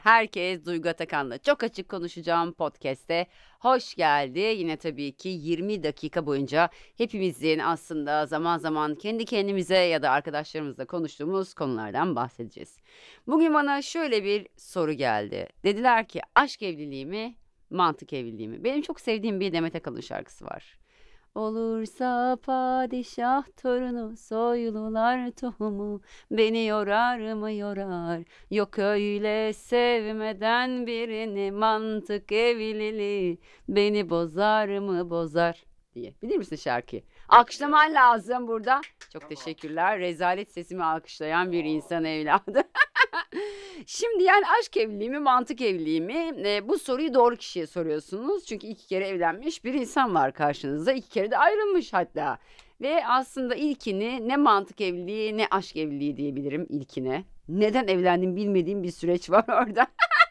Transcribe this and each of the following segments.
Herkes Duygu Atakan'la çok açık konuşacağım podcast'te hoş geldi. Yine tabii ki 20 dakika boyunca hepimizin aslında zaman zaman kendi kendimize ya da arkadaşlarımızla konuştuğumuz konulardan bahsedeceğiz. Bugün bana şöyle bir soru geldi. Dediler ki aşk evliliği mi, mantık evliliği mi? Benim çok sevdiğim bir Demet Akalın şarkısı var. Olursa padişah torunu soylular tohumu beni yorar mı yorar. Yok öyle sevmeden birini mantık evliliği beni bozar mı bozar diye. Bilir misin şarkıyı? Alkışlaman lazım burada. Çok teşekkürler. Rezalet sesimi alkışlayan bir insan evladı. Şimdi yani aşk evliliği mi, mantık evliliği mi? Bu soruyu doğru kişiye soruyorsunuz. Çünkü 2 kere evlenmiş bir insan var karşınızda. 2 kere de ayrılmış hatta. Ve aslında ilkini ne mantık evliliği ne aşk evliliği diyebilirim ilkine. Neden evlendim bilmediğim bir süreç var orada.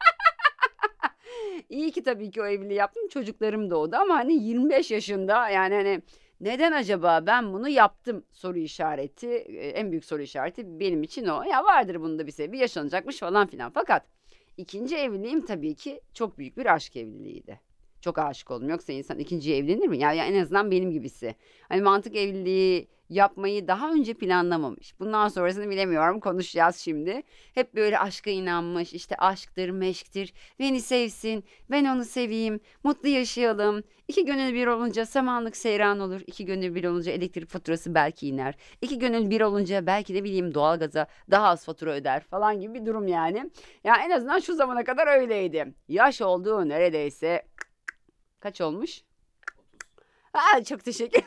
İyi ki tabii ki o evliliği yaptım. Çocuklarım doğdu ama hani 25 yaşında yani hani neden acaba ben bunu yaptım soru işareti, en büyük soru işareti benim için o. Ya vardır bunda bir sebebi, yaşanacakmış falan filan. Fakat ikinci evliliğim tabii ki çok büyük bir aşk evliliğiydi. Çok aşık oldum. Yoksa insan ikinciye evlenir mi? Ya en azından benim gibisi. Hani mantık evliliği yapmayı daha önce planlamamış. Bundan sonrasını bilemiyorum. Konuşacağız şimdi. Hep böyle aşka inanmış. İşte aşktır, meşktir. Beni sevsin, ben onu seveyim, mutlu yaşayalım. İki gönül bir olunca samanlık seyran olur. İki gönül bir olunca elektrik faturası belki iner. İki gönül bir olunca belki de bileyim doğalgaza daha az fatura öder falan gibi bir durum yani. Ya en azından şu zamana kadar öyleydi. Yaş olduğu neredeyse kaç olmuş? Aa, çok teşekkür.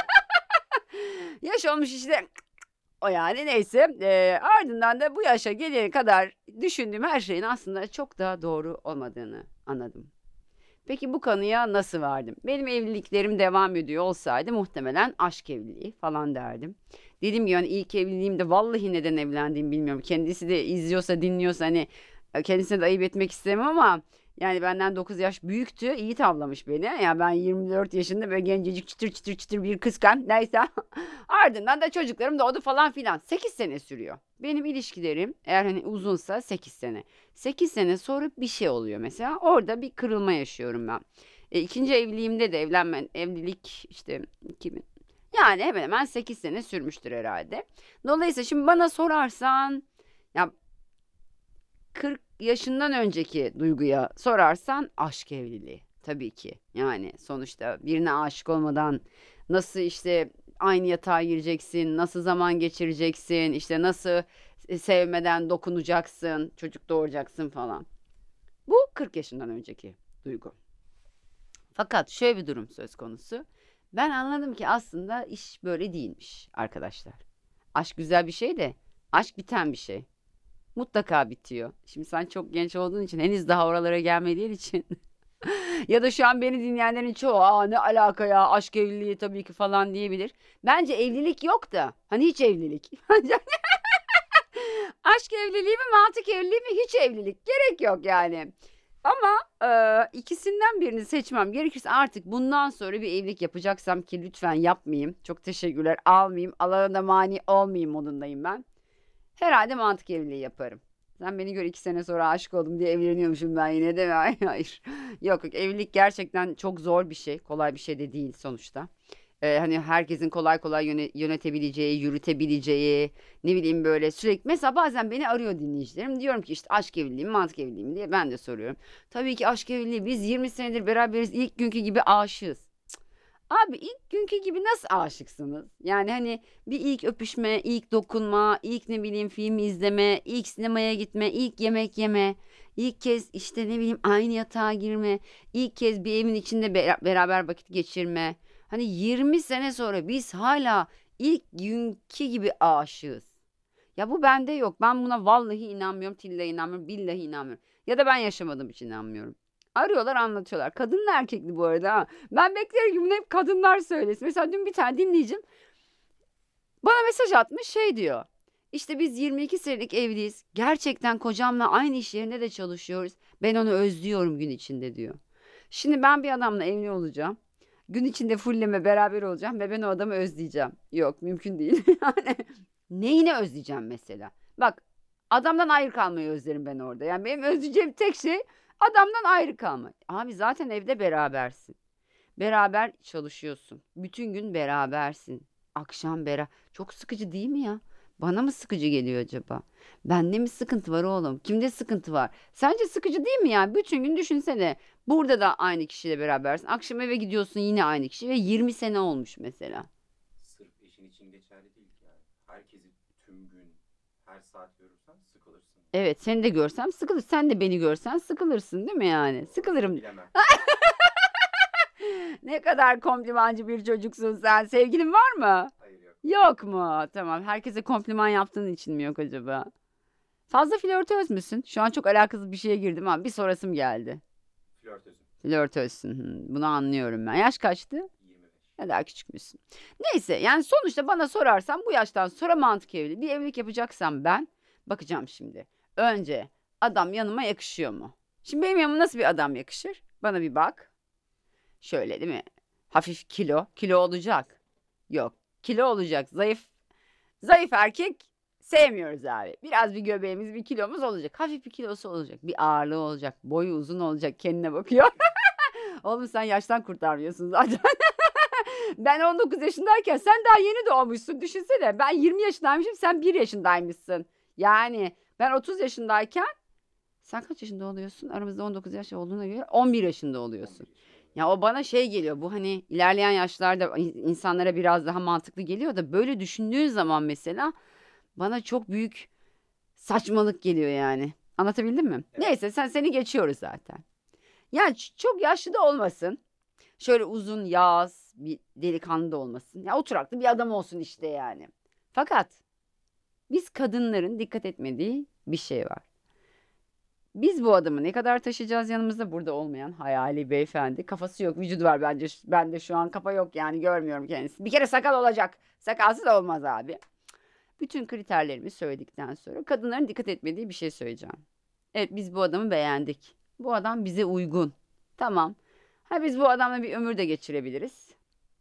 Yaş olmuş işte. O yani neyse. Ardından da bu yaşa gelene kadar düşündüğüm her şeyin aslında çok daha doğru olmadığını anladım. Peki bu kanıya nasıl vardım? Benim evliliklerim devam ediyor olsaydı muhtemelen aşk evliliği falan derdim. Dedim ki yani ilk evliliğimde vallahi neden evlendiğimi bilmiyorum. Kendisi de izliyorsa dinliyorsa hani kendisine de ayıp etmek istemem ama yani benden 9 yaş büyüktü. İyi tavlamış beni. Yani ben 24 yaşında böyle gencecik çıtır çıtır çıtır bir kızken neyse. Ardından da çocuklarım doğdu falan filan. 8 sene sürüyor. Benim ilişkilerim eğer hani uzunsa 8 sene. 8 sene sonra bir şey oluyor mesela. Orada bir kırılma yaşıyorum ben. İkinci evliliğimde de evlilik işte 2000 yani hemen hemen 8 sene sürmüştür herhalde. Dolayısıyla şimdi bana sorarsan ya 40 yaşından önceki Duygu'ya sorarsan aşk evliliği tabii ki. Yani sonuçta birine aşık olmadan nasıl işte aynı yatağa gireceksin, nasıl zaman geçireceksin, işte nasıl sevmeden dokunacaksın, çocuk doğuracaksın falan. Bu 40 yaşından önceki Duygu. Fakat şöyle bir durum söz konusu. Ben anladım ki aslında iş böyle değilmiş arkadaşlar. Aşk güzel bir şey de aşk biten bir şey. Mutlaka bitiyor. Şimdi sen çok genç olduğun için henüz daha oralara gelmediğin için ya da şu an beni dinleyenlerin çoğu ne alaka ya aşk evliliği tabii ki falan diyebilir. Bence evlilik yok da hani hiç evlilik. Aşk evliliği mi mantık evliliği mi hiç evlilik gerek yok yani. Ama ikisinden birini seçmem gerekirse artık bundan sonra bir evlilik yapacaksam ki lütfen yapmayayım. Çok teşekkürler almayayım. Allah'a da mani olmayayım modundayım ben. Herhalde mantık evliliği yaparım. Sen beni gör 2 sene sonra aşık oldum diye evleniyormuşum ben yine de mi? Hayır, hayır. Yok yok evlilik gerçekten çok zor bir şey. Kolay bir şey de değil sonuçta. Hani herkesin kolay kolay yönetebileceği, yürütebileceği, ne bileyim böyle sürekli. Mesela bazen beni arıyor dinleyicilerim. Diyorum ki işte aşk evliliği mi, mantık evliliği mi diye ben de soruyorum. Tabii ki aşk evliliği. Biz 20 senedir beraberiz. İlk günkü gibi aşığız. Abi ilk günkü gibi nasıl aşıksınız? Yani hani bir ilk öpüşme, ilk dokunma, ilk ne bileyim film izleme, ilk sinemaya gitme, ilk yemek yeme, ilk kez işte ne bileyim aynı yatağa girme, ilk kez bir evin içinde beraber vakit geçirme. Hani 20 sene sonra biz hala ilk günkü gibi aşığız. Ya bu bende yok. Ben buna vallahi inanmıyorum, tillahi inanmıyorum, billahi inanmıyorum. Ya da ben yaşamadığım için inanmıyorum. Arıyorlar anlatıyorlar. Kadınla erkekli bu arada ha. Ben beklerim ki bunu hep kadınlar söylesin. Mesela dün bir tane dinleyicim bana mesaj atmış şey diyor. İşte biz 22 senelik evliyiz. Gerçekten kocamla aynı iş yerinde de çalışıyoruz. Ben onu özlüyorum gün içinde diyor. Şimdi ben bir adamla evli olacağım. Gün içinde fulleme beraber olacağım ve ben o adamı özleyeceğim. Yok mümkün değil. Yani neyini özleyeceğim mesela? Bak Adamdan ayrı kalmayı özlerim ben orada. Yani benim özleyeceğim tek şey adamdan ayrı kalmak. Abi zaten evde berabersin. Beraber çalışıyorsun. Bütün gün berabersin. Akşam beraber. Çok sıkıcı değil mi ya? Bana mı sıkıcı geliyor acaba? Bende mi sıkıntı var oğlum? Kimde sıkıntı var? Sence sıkıcı değil mi ya? Bütün gün düşünsene. Burada da aynı kişiyle berabersin. Akşam eve gidiyorsun yine aynı kişi ve 20 sene olmuş mesela. Sırf eşin için geçerli değil ki yani. Herkesi tüm gün, her saat görürsen sıkılırsın. Evet, seni de görsem sıkılır. Sen de beni görsen sıkılırsın değil mi yani? Orasını Sıkılırım. bilemem. Ne kadar komplimancı bir çocuksun sen. Sevgilin var mı? Hayır yok. Yok mu? Tamam. Herkese kompliman yaptığın için mi yok acaba? Fazla flörtöz müsün? Şu an çok alakasız bir şeye girdim ama bir sorasım geldi. Flörtözüm. Flörtözsün. Bunu anlıyorum ben. Yaş kaçtı? 25. Ya daha küçük müsün? Neyse yani sonuçta bana sorarsan bu yaştan sonra mantık evli. Bir evlilik yapacaksam ben bakacağım şimdi. Önce adam yanıma yakışıyor mu? Şimdi benim yanıma nasıl bir adam yakışır? Bana bir bak. Şöyle değil mi? Hafif kilo. Kilo olacak. Yok. Kilo olacak. Zayıf. Zayıf erkek sevmiyoruz abi. Biraz bir göbeğimiz, bir kilomuz olacak. Hafif bir kilosu olacak. Bir ağırlığı olacak. Boyu uzun olacak. Kendine bakıyor. Oğlum sen yaştan kurtarmıyorsun zaten. Ben 19 yaşındayken sen daha yeni doğmuşsun. Düşünsene ben 20 yaşındaymışım sen 1 yaşındaymışsın. Yani ben 30 yaşındayken sen kaç yaşında oluyorsun? Aramızda 19 yaş olduğuna göre 11 yaşında 11 oluyorsun. yaşındayım. Ya o bana şey geliyor bu hani ilerleyen yaşlarda insanlara biraz daha mantıklı geliyor da böyle düşündüğün zaman mesela bana çok büyük saçmalık geliyor yani. Anlatabildim mi? Evet. Neyse seni geçiyoruz zaten. Yani çok yaşlı da olmasın. Şöyle uzun yağız bir delikanlı da olmasın. Ya oturaklı bir adam olsun işte yani. Fakat biz kadınların dikkat etmediği bir şey var. Biz bu adamı ne kadar taşıyacağız yanımızda burada olmayan hayali beyefendi. Kafası yok, vücudu var bence. Bende şu an kafa yok yani görmüyorum kendisini. Bir kere sakal olacak. Sakalsız da olmaz abi. Bütün kriterlerimi söyledikten sonra kadınların dikkat etmediği bir şey söyleyeceğim. Evet biz bu adamı beğendik. Bu adam bize uygun. Tamam. Ha biz bu adamla bir ömür de geçirebiliriz.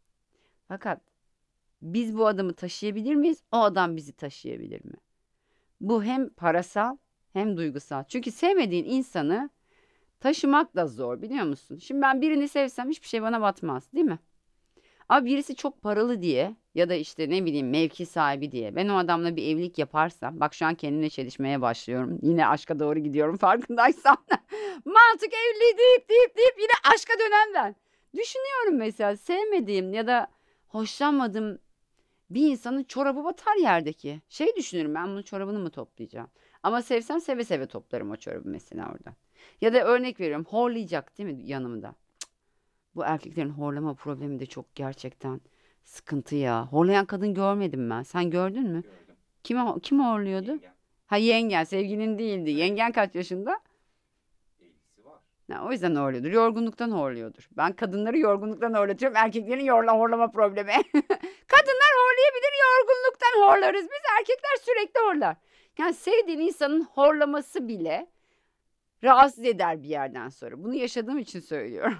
Fakat biz bu adamı taşıyabilir miyiz? O adam bizi taşıyabilir mi? Bu hem parasal hem duygusal. Çünkü sevmediğin insanı taşımak da zor biliyor musun? Şimdi ben birini sevsem hiçbir şey bana batmaz, değil mi? Ama birisi çok paralı diye ya da işte ne bileyim mevki sahibi diye ben o adamla bir evlilik yaparsam bak şu an kendimle çelişmeye başlıyorum. Yine aşka doğru gidiyorum farkındaysan. Mantık evliliği deyip yine aşka dönen ben. Düşünüyorum mesela sevmediğim ya da hoşlanmadığım bir insanın çorabı batar yerdeki. Şey düşünürüm ben bunun çorabını mı toplayacağım? Ama sevsem seve seve toplarım o çorabı mesela orada. Ya da örnek veriyorum horlayacak değil mi yanımda? Bu erkeklerin horlama problemi de çok gerçekten sıkıntı ya. Horlayan kadın görmedim ben. Sen gördün mü? Gördüm. Kim horluyordu? Yengem. Ha yengen, sevgilin değildi. Evet. Yengen kaç yaşında? 50'si var. Ha, o yüzden horluyordur. Yorgunluktan horluyordur. Ben kadınları yorgunluktan horlatıyorum. Erkeklerin horlama problemi. Kadınlar horlayabilir, yorgunluktan horlarız. Biz erkekler sürekli horlar. Yani sevdiğin insanın horlaması bile rahatsız eder bir yerden sonra. Bunu yaşadığım için söylüyorum.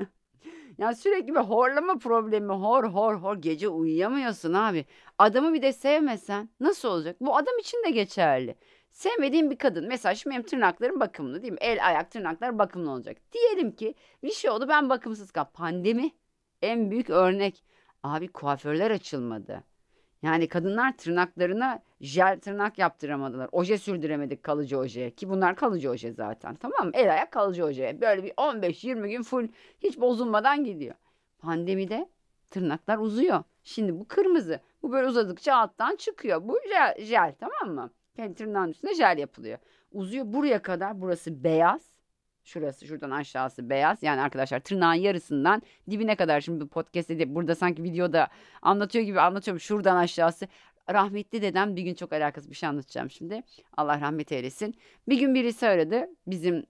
Yani sürekli bir horlama problemi, hor gece uyuyamıyorsun abi. Adamı bir de sevmesen nasıl olacak? Bu adam için de geçerli. Sevmediğim bir kadın. Mesela şimdi benim tırnaklarım bakımlı değil mi? El, ayak, tırnaklar bakımlı olacak. Diyelim ki bir şey oldu ben bakımsız kal. Pandemi en büyük örnek. Abi kuaförler açılmadı. Yani kadınlar tırnaklarına jel tırnak yaptıramadılar. Oje sürdüremedik kalıcı oje. Ki bunlar kalıcı oje zaten. Tamam mı? El ayak kalıcı oje. Böyle bir 15-20 gün full hiç bozulmadan gidiyor. Pandemide tırnaklar uzuyor. Şimdi bu kırmızı. Bu böyle uzadıkça alttan çıkıyor. Bu jel tamam mı? Kendi tırnağın üstüne jel yapılıyor. Uzuyor buraya kadar. Burası beyaz. Şurası şuradan aşağısı beyaz. Yani arkadaşlar tırnağın yarısından dibine kadar şimdi bu podcast'te burada sanki videoda anlatıyor gibi anlatıyorum. Şuradan aşağısı. Rahmetli dedem bir gün çok alakasız bir şey anlatacağım şimdi. Allah rahmet eylesin. Bir gün birisi aradı bizim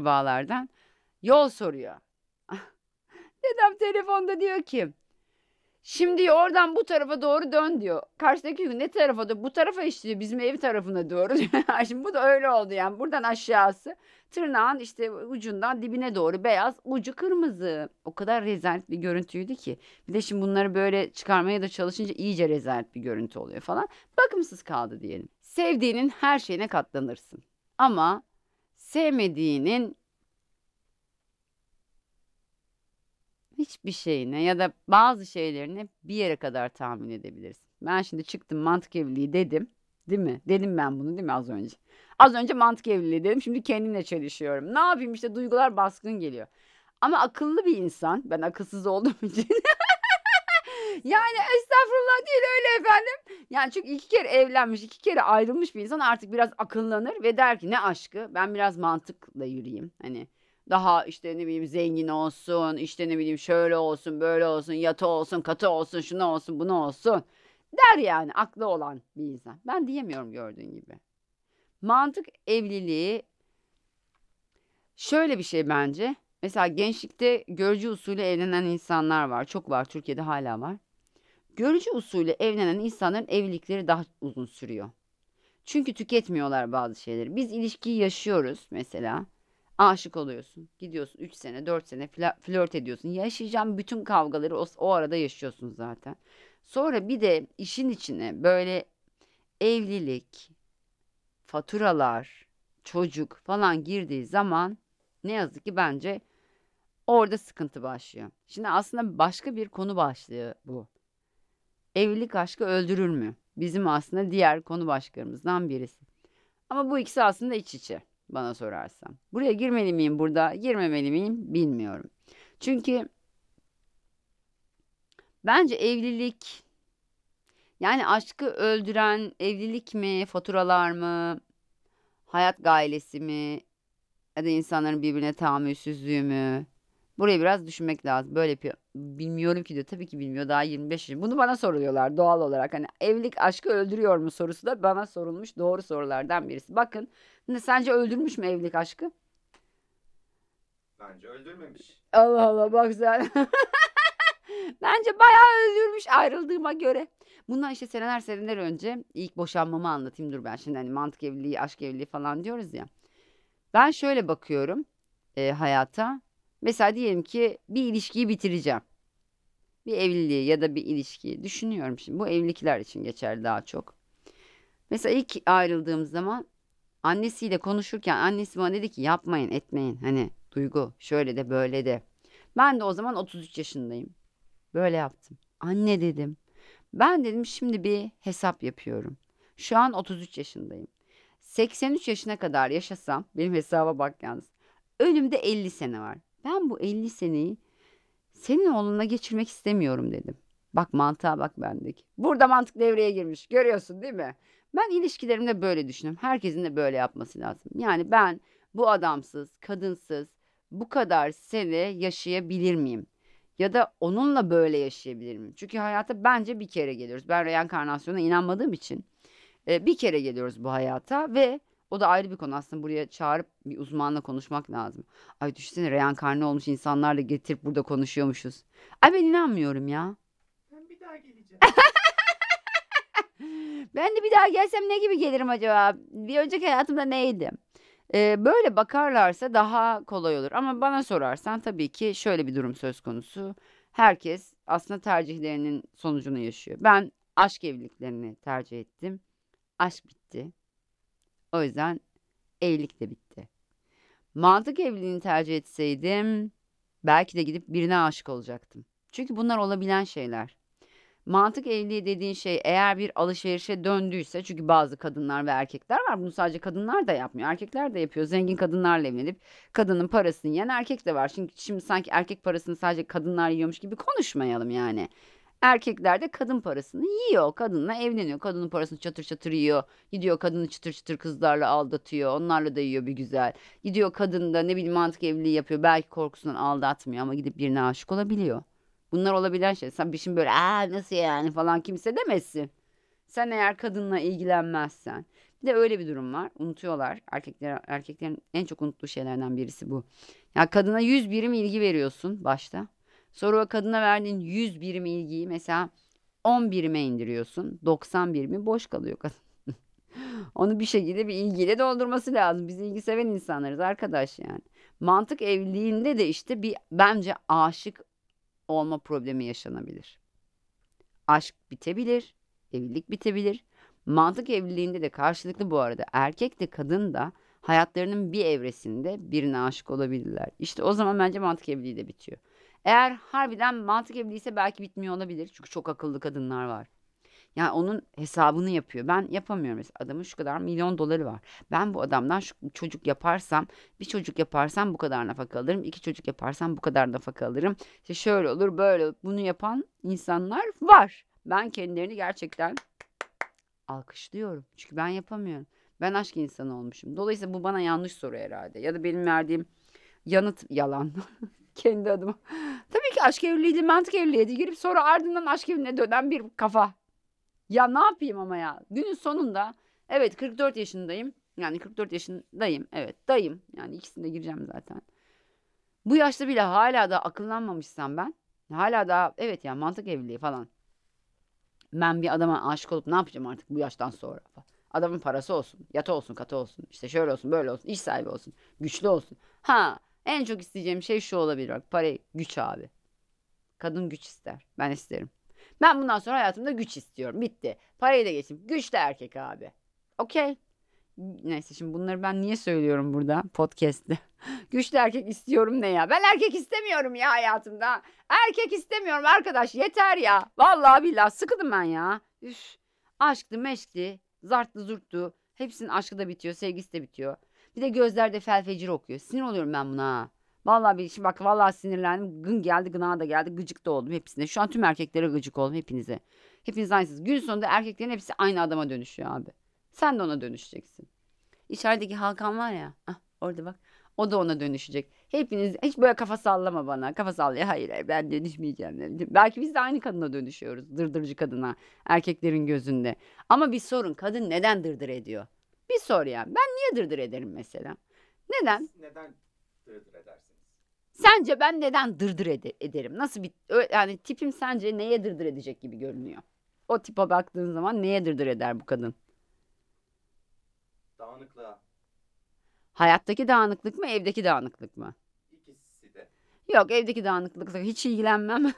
akrabalardan. Yol soruyor. Dedem telefonda diyor ki Şimdi diyor oradan bu tarafa doğru dön diyor. Karşıdaki diyor ne tarafa da bu tarafa işte diyor, bizim ev tarafına doğru diyor. Şimdi bu da öyle oldu yani buradan aşağısı tırnağın işte ucundan dibine doğru beyaz ucu kırmızı. O kadar rezalet bir görüntüydü ki. Bir de şimdi bunları böyle çıkarmaya da çalışınca iyice rezalet bir görüntü oluyor falan. Bakımsız kaldı diyelim. Sevdiğinin her şeyine katlanırsın. Ama sevmediğinin hiçbir şeyine ya da bazı şeylerini bir yere kadar tahmin edebilirsin. Ben şimdi çıktım mantık evliliği dedim. Değil mi? Dedim ben bunu değil mi az önce? Az önce mantık evliliği dedim. Şimdi kendimle çelişiyorum. Ne yapayım işte duygular baskın geliyor. Ama akıllı bir insan. Ben akılsız olduğum için. Yani estağfurullah değil öyle efendim. Yani çünkü 2 kere evlenmiş, 2 kere ayrılmış bir insan artık biraz akıllanır ve der ki ne aşkı? Ben biraz mantıkla yürüyeyim. Hani daha işte ne bileyim zengin olsun, işte ne bileyim şöyle olsun, böyle olsun, yatı olsun, katı olsun, şunu olsun, bunu olsun. Der yani aklı olan bir insan. Ben diyemiyorum gördüğün gibi. Mantık evliliği şöyle bir şey bence. Mesela gençlikte görücü usulü evlenen insanlar var. Çok var. Türkiye'de hala var. Görücü usulü evlenen insanların evlilikleri daha uzun sürüyor. Çünkü tüketmiyorlar bazı şeyleri. Biz ilişkiyi yaşıyoruz mesela. Aşık oluyorsun. Gidiyorsun 3 sene 4 sene flört ediyorsun. Yaşayacağın bütün kavgaları o arada yaşıyorsun zaten. Sonra bir de işin içine böyle evlilik, faturalar, çocuk falan girdiği zaman ne yazık ki bence orada sıkıntı başlıyor. Şimdi aslında başka bir konu başlığı bu. Evlilik aşkı öldürür mü? Bizim aslında diğer konu başlıklarımızdan birisi. Ama bu ikisi aslında iç içe bana sorarsan. Buraya girmeli miyim burada, girmemeli miyim bilmiyorum. Çünkü bence evlilik yani aşkı öldüren evlilik mi, faturalar mı, hayat gailesi mi ya da insanların birbirine tahammülsüzlüğü mü? Burayı biraz düşünmek lazım. Böyle yapıyor. Bilmiyorum ki diyor. Tabii ki bilmiyor. Daha 25 yaşında. Bunu bana soruyorlar doğal olarak. Hani evlilik aşkı öldürüyor mu sorusu da bana sorulmuş doğru sorulardan birisi. Bakın, sence öldürmüş mü evlilik aşkı? Bence öldürmemiş. Allah Allah bak sen. Bence bayağı öldürmüş ayrıldığıma göre. Bundan işte seneler seneler önce ilk boşanmamı anlatayım dur ben şimdi hani mantık evliliği, aşk evliliği falan diyoruz ya. Ben şöyle bakıyorum hayata. Mesela diyelim ki bir ilişkiyi bitireceğim. Bir evliliği ya da bir ilişkiyi düşünüyorum şimdi. Bu evlilikler için geçerli daha çok. Mesela ilk ayrıldığım zaman annesiyle konuşurken annesi bana dedi ki yapmayın etmeyin. Hani Duygu şöyle de böyle de. Ben de o zaman 33 yaşındayım. Böyle yaptım. Anne dedim. Ben dedim şimdi bir hesap yapıyorum. Şu an 33 yaşındayım. 83 yaşına kadar yaşasam benim hesaba bak yalnız. Önümde 50 sene var. Ben bu 50 seneyi senin oğluna geçirmek istemiyorum dedim. Bak mantığa bak bendeki. Burada mantık devreye girmiş. Görüyorsun değil mi? Ben ilişkilerimde böyle düşünüyorum. Herkesin de böyle yapması lazım. Yani ben bu adamsız, kadınsız bu kadar sene yaşayabilir miyim? Ya da onunla böyle yaşayabilir miyim? Çünkü hayata bence bir kere geliyoruz. Ben reenkarnasyona inanmadığım için bir kere geliyoruz bu hayata ve o da ayrı bir konu aslında buraya çağırıp bir uzmanla konuşmak lazım. Ay düşünsene reenkarne olmuş insanlarla getirip burada konuşuyormuşuz. Ay ben inanmıyorum ya. Ben bir daha geleceğim. Ben de bir daha gelsem ne gibi gelirim acaba? Bir önceki hayatımda neydim? Böyle bakarlarsa daha kolay olur. Ama bana sorarsan tabii ki şöyle bir durum söz konusu. Herkes aslında tercihlerinin sonucunu yaşıyor. Ben aşk evliliklerini tercih ettim. Aşk bitti. O yüzden evlilik de bitti. Mantık evliliğini tercih etseydim belki de gidip birine aşık olacaktım. Çünkü bunlar olabilen şeyler. Mantık evliliği dediğin şey eğer bir alışverişe döndüyse çünkü bazı kadınlar ve erkekler var bunu sadece kadınlar da yapmıyor erkekler de yapıyor zengin kadınlarla evlenip kadının parasını yiyen erkek de var şimdi sanki erkek parasını sadece kadınlar yiyormuş gibi konuşmayalım yani erkekler de kadın parasını yiyor kadınla evleniyor kadının parasını çatır çatır yiyor gidiyor kadını çıtır çıtır kızlarla aldatıyor onlarla da yiyor bir güzel gidiyor kadın da ne bileyim mantık evliliği yapıyor belki korkusundan aldatmıyor ama gidip birine aşık olabiliyor. Bunlar olabilen şey. Sen bir şimdi böyle nasıl yani falan kimse demesin. Sen eğer kadınla ilgilenmezsen. Bir de öyle bir durum var. Unutuyorlar. Erkeklerin en çok unuttuğu şeylerden birisi bu. Ya kadına 100 birim ilgi veriyorsun başta. Sonra o kadına verdiğin 100 birim ilgiyi mesela 10 birime indiriyorsun. 90 birimi boş kalıyor kadın. Onu bir şekilde bir ilgiyle doldurması lazım. Biz ilgi seven insanlarız arkadaş yani. Mantık evliliğinde de işte bir bence aşık olma problemi yaşanabilir. Aşk bitebilir, evlilik bitebilir. Mantık evliliğinde de karşılıklı bu arada erkek de kadın da hayatlarının bir evresinde birine aşık olabilirler. İşte o zaman bence mantık evliliği de bitiyor. Eğer harbiden mantık evliliği ise belki bitmiyor olabilir. Çünkü çok akıllı kadınlar var. Yani onun hesabını yapıyor. Ben yapamıyorum mesela. Adamın şu kadar milyon doları var. Ben bu adamdan şu çocuk yaparsam, bir çocuk yaparsam bu kadar nafaka alırım. İki çocuk yaparsam bu kadar nafaka alırım. İşte şöyle olur, böyle olur. Bunu yapan insanlar var. Ben kendilerini gerçekten alkışlıyorum. Çünkü ben yapamıyorum. Ben aşk insanı olmuşum. Dolayısıyla bu bana yanlış soru herhalde. Ya da benim verdiğim yanıt yalan. Kendi adıma. Tabii ki aşk evliliğiydi, mantık evliliğiydi. Girip sonra ardından aşk evliliğine dönen bir kafa. Ya ne yapayım ama ya? Günün sonunda evet 44 yaşındayım. Yani 44 yaşındayım. Evet dayım. Yani ikisinde gireceğim zaten. Bu yaşta bile hala da akıllanmamışsam ben. Hala da evet ya mantık evliliği falan. Ben bir adama aşık olup ne yapacağım artık bu yaştan sonra falan. Adamın parası olsun, yatı olsun, katı olsun, işte şöyle olsun, böyle olsun, iş sahibi olsun, güçlü olsun. Ha, en çok isteyeceğim şey şu olabilir bak, parayı, güç abi. Kadın güç ister, ben isterim. Ben bundan sonra hayatımda güç istiyorum, bitti. Parayı da geçtim, güçlü erkek abi. Okey. Neyse şimdi bunları ben niye söylüyorum burada podcast'te? Güçlü erkek istiyorum ne ya? Ben erkek istemiyorum ya hayatımda. Erkek istemiyorum arkadaş yeter ya. Vallahi billahi sıkıldım ben ya. Üf. Aşktı meşkti. Zarttı zurttu. Hepsinin aşkı da bitiyor. Sevgisi de bitiyor. Bir de gözlerde fel fecir okuyor. Sinir oluyorum ben buna. Ha. Vallahi bir şimdi bak vallahi sinirlendim. Gın geldi gına da geldi. Gıcık da oldum hepsine. Şu an tüm erkeklere gıcık oldum hepinize. Hepiniz aynısınız. Gün sonunda erkeklerin hepsi aynı adama dönüşüyor abi. Sen de ona dönüşeceksin. İçerideki Hakan var ya. Ah, orada bak. O da ona dönüşecek. Hepiniz hiç böyle kafa sallama bana. Kafa sallaya. Hayır, hayır ben dönüşmeyeceğim. Belki biz de aynı kadına dönüşüyoruz. Dırdırcı kadına. Erkeklerin gözünde. Ama bir sorun. Kadın neden dırdır ediyor? Bir sor ya. Ben niye dırdır ederim mesela? Neden? Siz neden dırdır edersiniz? Sence ben neden dırdır ederim? Nasıl bir yani tipim sence neye dırdır edecek gibi görünüyor? O tipe baktığın zaman neye dırdır eder bu kadın? Dağınıklığa. Hayattaki dağınıklık mı, evdeki dağınıklık mı? İkisi de. Yok evdeki dağınıklıkla hiç ilgilenmem.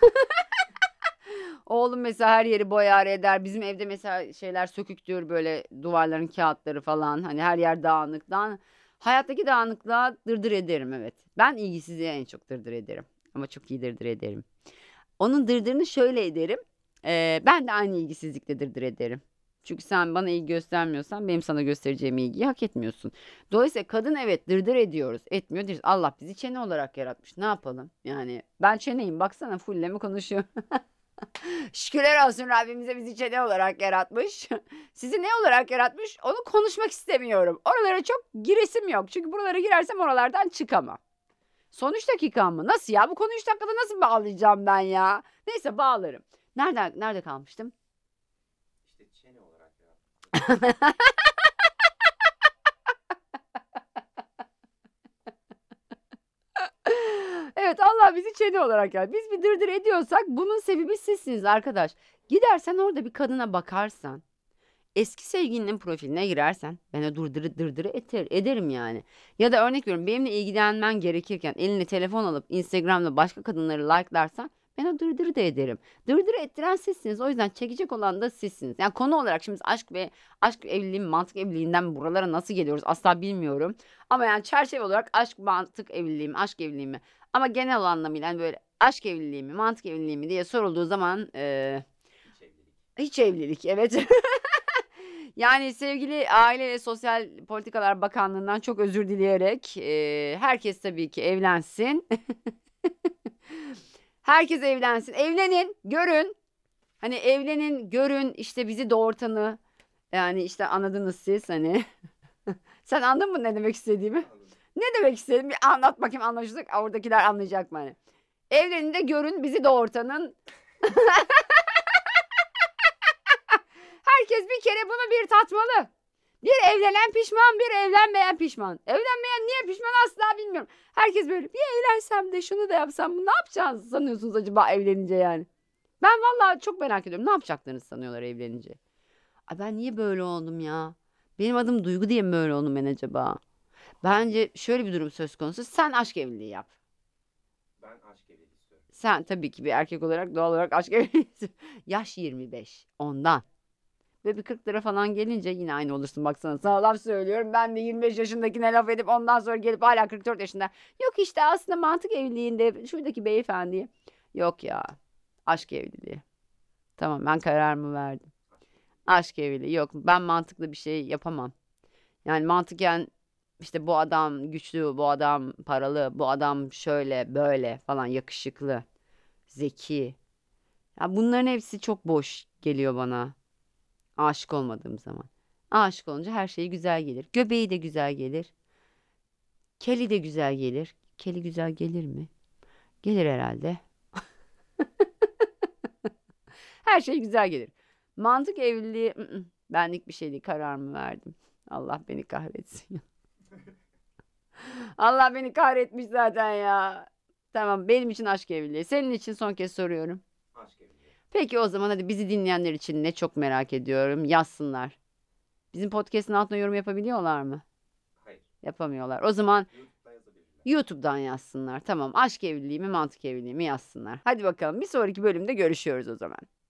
Oğlum mesela her yeri boyar eder. Bizim evde mesela şeyler söküktür böyle duvarların kağıtları falan. Hani her yer dağınık. Hayattaki dağınıklığa dırdır ederim evet. Ben ilgisizliğe en çok dırdır ederim. Ama çok iyi dırdır ederim. Onun dırdırını şöyle ederim. Ben de aynı ilgisizlikle dırdır ederim. Çünkü sen bana ilgi göstermiyorsan benim sana göstereceğim ilgiyi hak etmiyorsun. Dolayısıyla kadın evet dırdır ediyoruz. Etmiyor değiliz. Allah bizi çene olarak yaratmış. Ne yapalım? Yani ben çeneyim baksana fulle mi konuşuyor? Şükürler olsun Rabbimize bizi çene olarak yaratmış. Sizi ne olarak yaratmış? Onu konuşmak istemiyorum. Oralara çok giresim yok. Çünkü buralara girersem oralardan çıkamam. Son 3 dakika mı? Nasıl ya? Bu konuyu 3 dakikada nasıl bağlayacağım ben ya? Neyse bağlarım. Nerede kalmıştım? İşte çene olarak yarattık. Evet Allah bizi çene olarak yani. Biz bir dırdır ediyorsak bunun sebebi sizsiniz arkadaş. Gidersen orada bir kadına bakarsan. Eski sevgilinin profiline girersen ben o dırdırı ederim yani. Ya da örnek veriyorum benimle ilgilenmen gerekirken eline telefon alıp Instagram'da başka kadınları like'larsan ben o dırdırı da ederim. Dırdırı ettiren sizsiniz. O yüzden çekecek olan da sizsiniz. Yani konu olarak şimdi biz aşk evliliği, mantık evliliğinden buralara nasıl geliyoruz asla bilmiyorum. Ama yani çerçeve olarak aşk, mantık evliliği mi, aşk evliliği mi? Ama genel anlamıyla hani böyle aşk evliliği mi, mantık evliliği mi diye sorulduğu zaman Hiç evlilik. hiç evlilik evet. Yani sevgili Aile ve Sosyal Politikalar Bakanlığı'ndan çok özür dileyerek herkes tabii ki evlensin. Herkes evlensin. Evlenin, görün. Hani evlenin, görün işte bizi doğurtanı. Yani işte anladınız siz hani. Sen anladın mı ne demek istediğimi? Anladım. Ne demek istedim? Bir anlat bakayım anlaşılacak. Oradakiler anlayacak mı hani? Evlenin de görün bizi doğurtanın. Herkes bir kere bunu bir tatmalı. Bir evlenen pişman, bir evlenmeyen pişman. Evlenmeyen niye pişman asla bilmiyorum. Herkes böyle bir evlensem de şunu da yapsam. Ne yapacağınızı sanıyorsunuz acaba evlenince yani? Ben vallahi çok merak ediyorum. Ne yapacaklarını sanıyorlar evlenince. Ay ben niye böyle oldum ya? Benim adım Duygu diye mi böyle oldum ben acaba? Bence şöyle bir durum söz konusu. Sen aşk evliliği yap. Ben aşk evliliği istiyorum. Sen tabii ki bir erkek olarak doğal olarak aşk evliliği. Yaş 25. Ondan. Ve bir 40 lira falan gelince yine aynı olursun baksana. Sana laf söylüyorum. Ben de 25 yaşındakine laf edip ondan sonra gelip hala 44 yaşında. Yok işte aslında mantık evliliğinde şuradaki beyefendi. Yok ya. Aşk evliliği. Tamam ben kararımı verdim. Aşk evliliği. Yok ben mantıklı bir şey yapamam. Yani mantıken işte bu adam güçlü, bu adam paralı, bu adam şöyle böyle falan yakışıklı, zeki. Ya bunların hepsi çok boş geliyor bana. Aşık olmadığım zaman. Aşık olunca her şey güzel gelir. Göbeği de güzel gelir. Keli de güzel gelir. Keli güzel gelir mi? Gelir herhalde. Her şey güzel gelir. Mantık evliliği benlik bir şey değil. Kararımı verdim. Allah beni kahretsin. Allah beni kahretmiş zaten ya. Tamam benim için aşk evliliği. Senin için son kez soruyorum. Aşk evliliği. Peki o zaman hadi bizi dinleyenler için ne çok merak ediyorum. Yazsınlar. Bizim podcast'ın altına yorum yapabiliyorlar mı? Hayır. Yapamıyorlar. O zaman YouTube'da yazabilirler. YouTube'dan yazsınlar. Tamam. Aşk evliliği mi, mantık evliliği mi yazsınlar. Hadi bakalım. Bir sonraki bölümde görüşüyoruz o zaman.